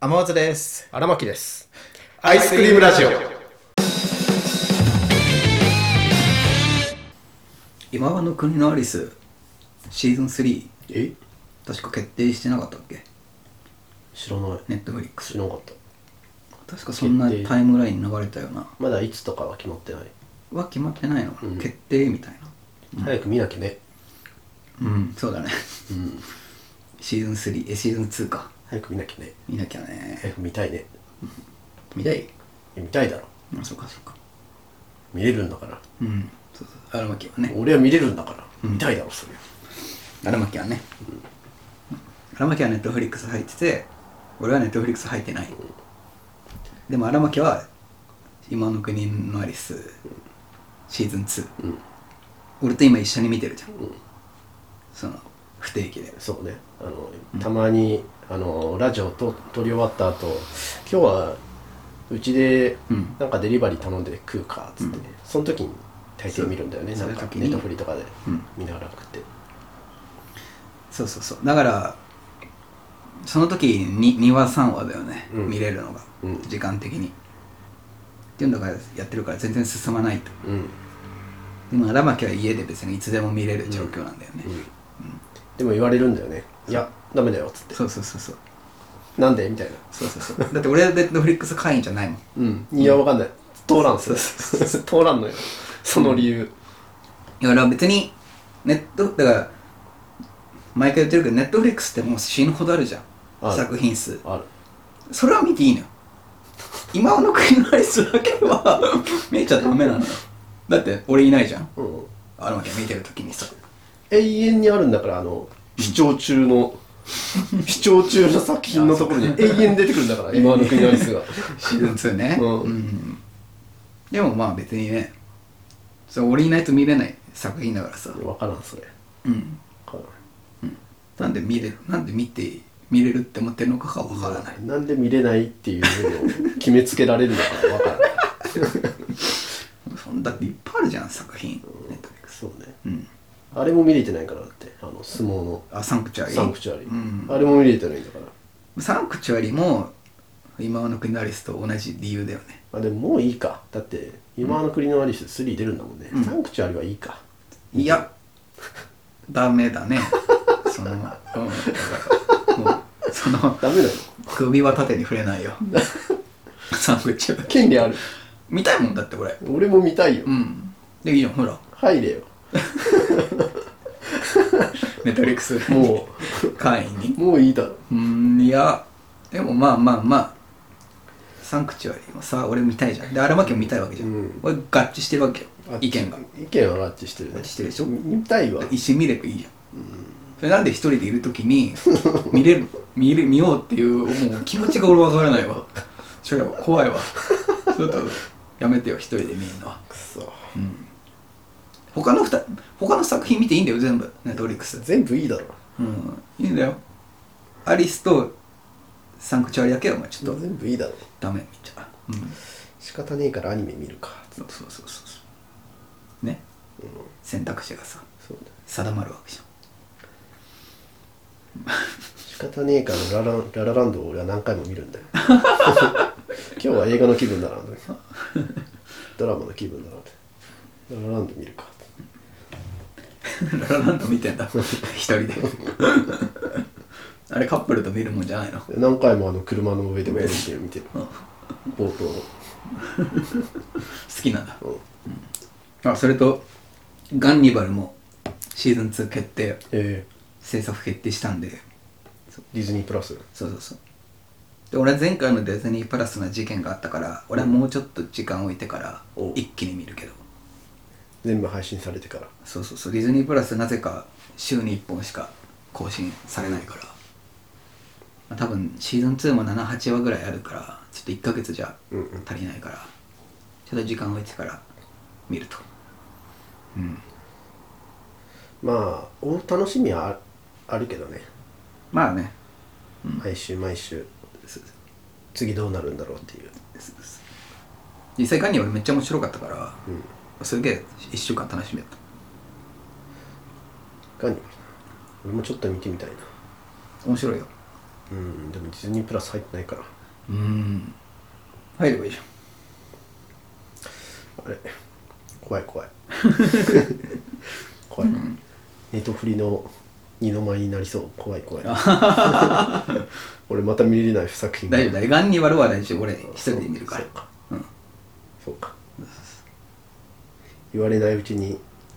天松です。 荒牧です。 アイスクリームラジオ。 今はの国のアリスシーズン3 え？ 確か決定してなかったっけ？ 知らない。 ネットフリックス知らなかった。 確かそんなタイムラインに流れたよな。 まだいつとかは決まってない。 は決まってないの、 うん、 決定みたいな、 早く見なきゃね。 そうだね。シーズン3シーズン2か。 早く見なきゃね。 見なきゃね。 早く見たいね。 見たい？ 見たいだろ。 そうかそうか。 見れるんだから。 そう荒牧はね。 俺は見れるんだから、見たいだろそれ。 荒牧はね、荒牧はネットフリックス入ってて、俺はネットフリックス入ってない、でも荒牧は今の国のアリス、シーズン2、俺と今一緒に見てるじゃん、その不定期で。 そうね。たまにラジオと撮り終わった後、今日はうちでなんかデリバリー頼んで食うかっつってね、その時に大抵見るんだよね。なんかネットフリとかで見ながら食って、 そうだからその時に2話3話だよね、見れるのが、時間的にっていうのがやってるから全然進まないと、でも荒牧は家で別にいつでも見れる状況なんだよね、 でも言われるんだよね。いやダメだよっつって。 そうなんでみたいな。 だって俺はネットフリックス会員じゃないもん。 いやわかんない。通らんす。通らんのよその理由。 だから別にネットだから毎回言ってるけど、ネットフリックスってもう死ぬほどあるじゃん、作品数ある。 それは見ていいのよ。今の国のアリスだけは見ちゃダメなのよ。だって俺いないじゃん、荒牧が見てる時にさ。 永遠にあるんだから、視聴中の作品のところに永遠出てくるんだから今の国のアリスがシーズン2ね。でもまあ別にね、それ俺いないと見れない作品だからさ。 分からんそれ。 なんで見て見れるって思ってるのかが分からない。 なんで見れないっていうのを決めつけられるのか分からないだっていっぱいあるじゃん作品、ネットフリックス。 そうね、あれも見れてないから。だって相撲のサンクチュアリー、 あれも見れてないんだから。 サンクチュアリーも今の国のアリスと同じ理由だよね。 でももういいか。だって今の国のアリス3出るんだもんね、サンクチュアリはいいか。 いやダメだねそのダメだよ。 首は縦に触れないよサンクチュアリー権利ある。 見たいもんだって俺も見たいよ。 でいいじゃん、ほら入れよネットフリックスもう会員にもういいだろ。 いやでもまあサンクチュアリーもさ俺見たいじゃん。で荒牧も見たいわけじゃん、俺合致してるわけよ、意見は合致してるね。 合致してるでしょ。 見たいわ。 一緒に見ればいいじゃん、それなんで一人でいるときに見ようっていうもう気持ちが俺分からないわそれは怖いわちょっとやめてよ一人で見るのは。 くそ、 他の作品見ていいんだよ全部。ネットフリックス全部いいだろ。 いいんだよ。アリスとサンクチュアリだけはまあちょっと全部いいだろ。 ダメ見ちゃう。 仕方ねえからアニメ見るか。 そうね、選択肢がさ定まるわけじゃん。 仕方ねえからララランドを俺は何回も見るんだよ今日は映画の気分だなドラマの気分だなって。ララランド見るかララランド見てんだ一人であれカップルと見るもんじゃないの。 何回も車の上で見てる冒頭好きなんだ、それとガンニバルもシーズン2決定、制作決定したんで。 ディズニープラス。 そうで俺は前回のディズニープラスの事件があったから、俺はもうちょっと時間置いてから一気に見るけど、 全部配信されてから。 そうディズニープラスなぜか週に1本しか更新されないから、多分シーズン2も7、8話ぐらいあるから、ちょっと1ヶ月じゃ足りないから、ちょっと時間置いてから見ると。 まあ追う楽しみはあるけどね。 まあね、 毎週次どうなるんだろうっていう。 実際ガンニバルめっちゃ面白かったから、すげえ1週間楽しめた。 ガンニバル俺もちょっと見てみたいな。 面白いよ。 でもディズニープラス入ってないから入ればいいじあれ怖い怖いネトフリの二の舞になりそう。怖い怖い俺また見れない作品ゃん。大丈夫だよ。ガンニバルは大丈夫。俺一人で見るから。 そうか言われないうちに、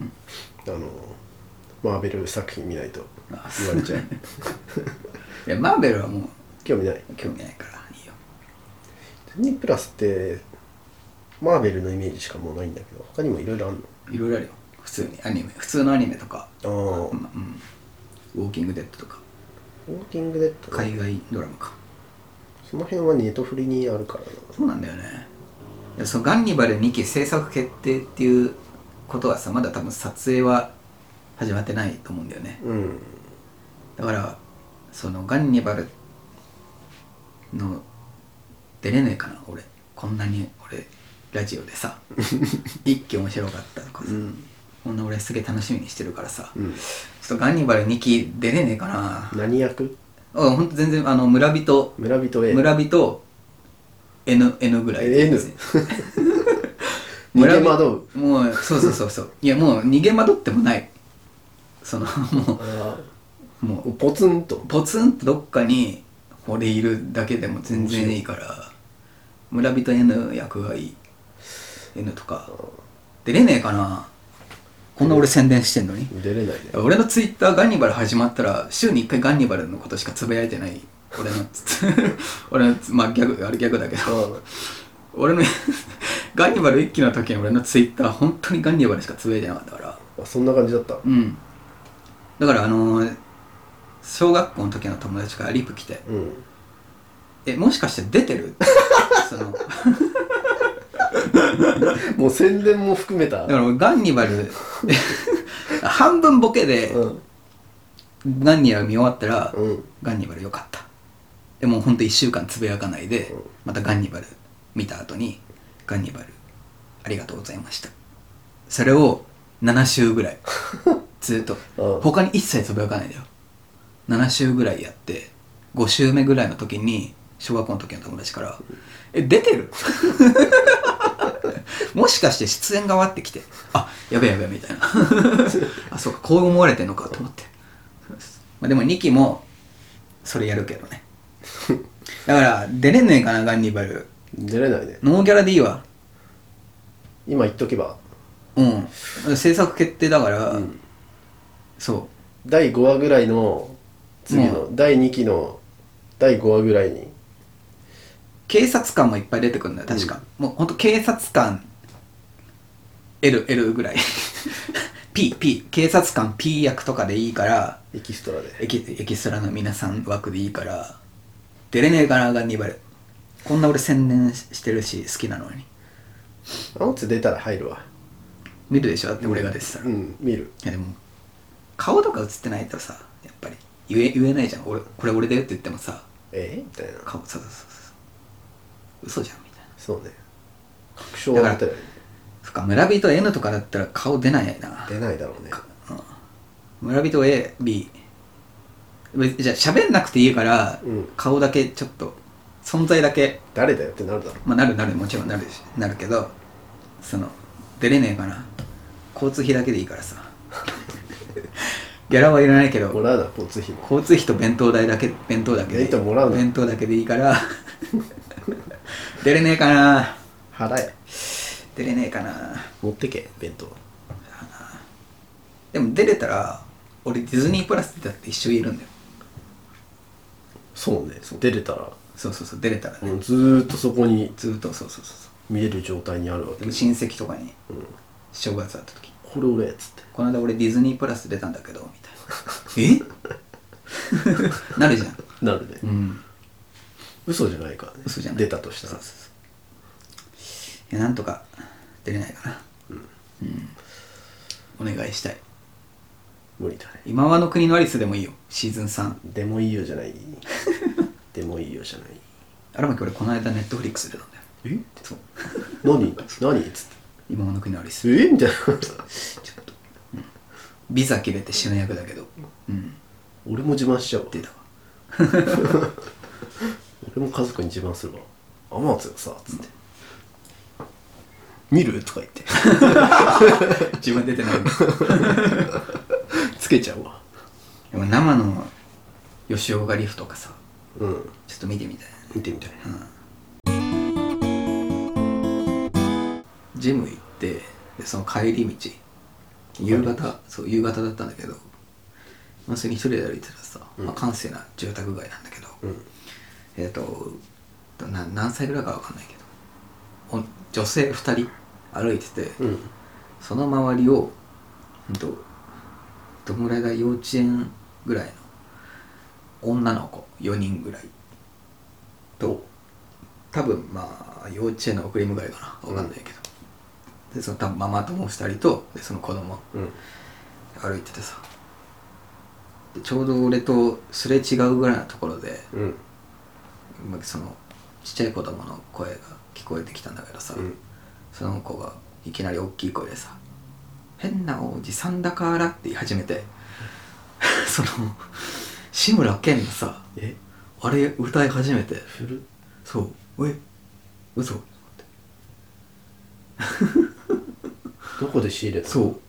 マーベル作品見ないと言われちゃういやマーベルはもう興味ないからいいよ。 ディズニープラスってマーベルのイメージしかもうないんだけど、他にもいろいろあるの？ いろいろあるよ。普通のアニメとか、 ウォウォーキングデッドとかーキングデッド海外ドラマか。 その辺はネトフリにあるからな。 そうなんだよね。いやそのガンニバル2期制作決定っていうことはさ、まだ多分撮影は始まってないと思うんだよね。だからそのガンニバルの出れねえかな俺。こんなに俺ラジオでさ一期面白かったとかさ、こんな俺すげえ楽しみにしてるからさ、ちょっとガンニバル2期出れねえかな。 何役？ ほんと全然村人 A 村人 N ぐらい N 逃げ惑う。もうそういやもう逃げ惑ってもない。そのもうポツンとどっかに俺いるだけでも全然いいから、村人 N 役がいい。 N とか出れねえかな。こんな俺宣伝してんのに出れないね。 俺のツイッターガンニバル始まったら週に1回ガンニバルのことしかつぶやいてない。俺のまあギャグだけど俺のガンニバル1期の時に俺のツイッター本当にガンニバルしかつぶやいてなかったから。 そんな感じだった。 だから小学校の時の友達からリプ来て、もしかして出てるそのもう宣伝も含めた。 だから俺ガンニバル半分ボケで、ガンニバル見終わったら、ガンニバルよかった。でもほんと1週間つぶやかないで、またガンニバル見た後にガンニバルありがとうございました。それを7週ぐらいずっと他に一切つぶやかないんだよ。7週ぐらいやって5週目ぐらいの時に小学校の時の友達から「出てるもしかして出演が終わってきて、あ、やべえみたいなあ、そうか、こう思われてんのかと思って。まあでも2期もそれやるけどねだから出れんねえかな、ガンニバル。 出れないね。 ノーギャラでいいわ。 今言っとけば。 制作決定だから、そう第5話ぐらいの次の第2期の第5話ぐらいに警察官もいっぱい出てくるんだよ確か、もうほんと警察官 L ぐらいP 警察官 P 役とかでいいから、 エキストラでエキストラの皆さん枠でいいから出れねえかな、ガンニバル。こんな俺宣伝してるし好きなのに。 アンツ出たら入るわ。 見るでしょ、だって俺が出てたら。 見る。 いやでも顔とか映ってないとさ、やっぱり言えないじゃん。これ俺だよって言ってもさ、 みたいな顔、そう嘘じゃんみたいな。 そうね、確証は持てない。 そっか、村人 N とかだったら顔出ないな。 出ないだろうね。 村人 A、B じゃあ喋んなくていいから、顔だけちょっと存在だけ誰だよってなるだろう。 まあなるもちろんなるけど、その出れねえかな。交通費だけでいいからさギャラはいらないけどもらうな、交通費も。 交通費と弁当だけで弁当もらうな。 弁当だけでいいから出れねえかな。 払え。 出れねえかな。 持ってけ弁当。 でも出れたら俺ディズニープラスでだって一緒にいるんだよ。 そうね、出れたらそう出れたらね、 ずーっとそこにずーっとそう見える状態にあるわけ。 でも親戚とかに、正月あった時、 これ俺っつって、 この間俺ディズニープラス出たんだけどみたいななるじゃん。 なるね。嘘じゃないからね。 嘘じゃない。 出たとしたら。 いや、なんとか出れないかな。お願いしたい。 無理だね。 今はの国のアリスでもいいよ、シーズン3。 でもいいよじゃないでもいいよじゃない。 荒牧俺この間ネットフリックス出たんだよ。そう何っつって、 今はの国のアリスみたいなちょっと、ビザ切れて死ぬ役だけど、 俺も自慢しちゃうわ。 出たわ。 俺も家族に自慢するわ。天松がさつって、見るとか言って自分出てないんだつけちゃうわ。 でも生の吉岡リフとかさ、 うん、 ちょっと見てみたい。 見てみたい。 ジム行ってでその帰り道夕方、そう夕方だったんだけど、まあ、それに一人で歩いてたらさ、まあ、閑静な住宅街なんだけど、何歳ぐらいか分かんないけど女性2人歩いてて、その周りをどのぐらいだ、幼稚園ぐらいの女の子4人ぐらいと、多分まあ幼稚園の送り迎えかな分かんないけど、でその多分ママ友2人とでその子供、歩いててさ、でちょうど俺とすれ違うぐらいのところで、そのちっちゃい子供の声が聞こえてきたんだけどさ、その子がいきなり大きい声でさ「変なおじさんだから」って言い始めてその志村けんのさあれ歌い始めて、そう嘘どこで仕入れたの？ そう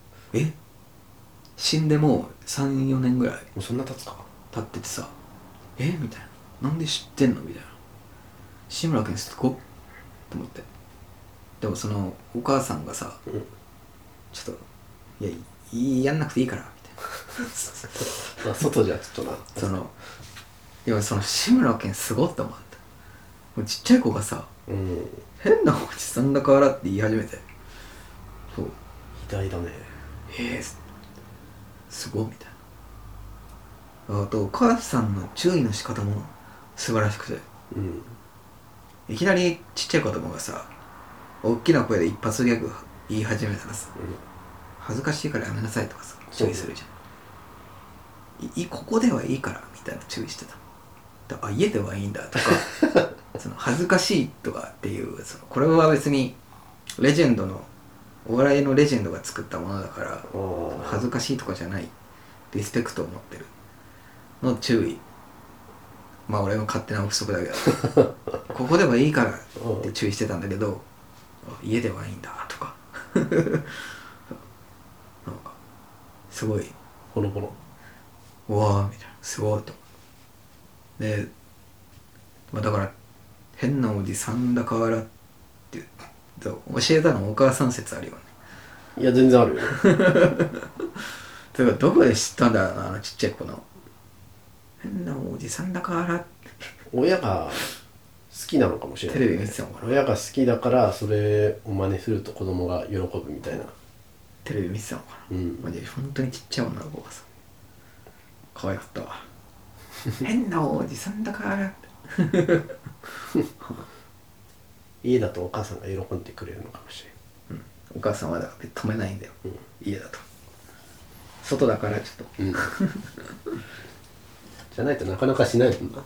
死んでもう 3,4 年ぐらいもうそんな経つか経っててさみたいな、なんで知ってんのみたいな、志村けんすごっと思って。でもそのお母さんがさ、ちょっとやんなくていいからみたいなまあ外じゃちょっとな、 その志村けんすごっと思って、もうちっちゃい子がさ、変なおじさんだからって言い始めて、そう偉大だね。 すごいみたいな。あとお母さんの注意の仕方も素晴らしくて、いきなりちっちゃい子供がさ大きな声で一発ギャグ言い始めたらさ、恥ずかしいからやめなさいとかさ注意するじゃん。ここではいいからみたいな注意してた。家ではいいんだとかその恥ずかしいとかっていうこれは別にレジェンドのお笑いのレジェンドが作ったものだから恥ずかしいとかじゃない、リスペクトを持ってるの注意。まあ俺の勝手な憶測だけどここではいいからって注意してたんだけど、家ではいいんだとかなんかすごいほのぼの、 うわーみたいな、すごいと。で、まあ、だから変なおじさんだからって教えたのお母さん説あるよね。 いや全然あるよそれからどこで知ったんだろうな、ちっちゃい子の変なおじさんだから親が好きなのかもしれない、 テレビ見てたのかな。 親が好きだからそれを真似すると子供が喜ぶみたいな。 テレビ見てたのかな。マジで本当にちっちゃい女の子がさ可愛かったわ変なおじさんだから家だとお母さんが喜んでくれるのかもしれない、 お母さんはだから止めないんだよ、家だと。外だからちょっと、 じゃないとなかなかしないもんな。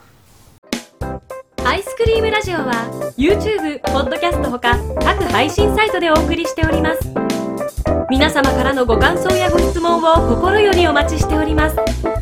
アイスクリームラジオは YouTube、ポッドキャストほか各配信サイトでお送りしております。皆様からのご感想やご質問を心よりお待ちしております。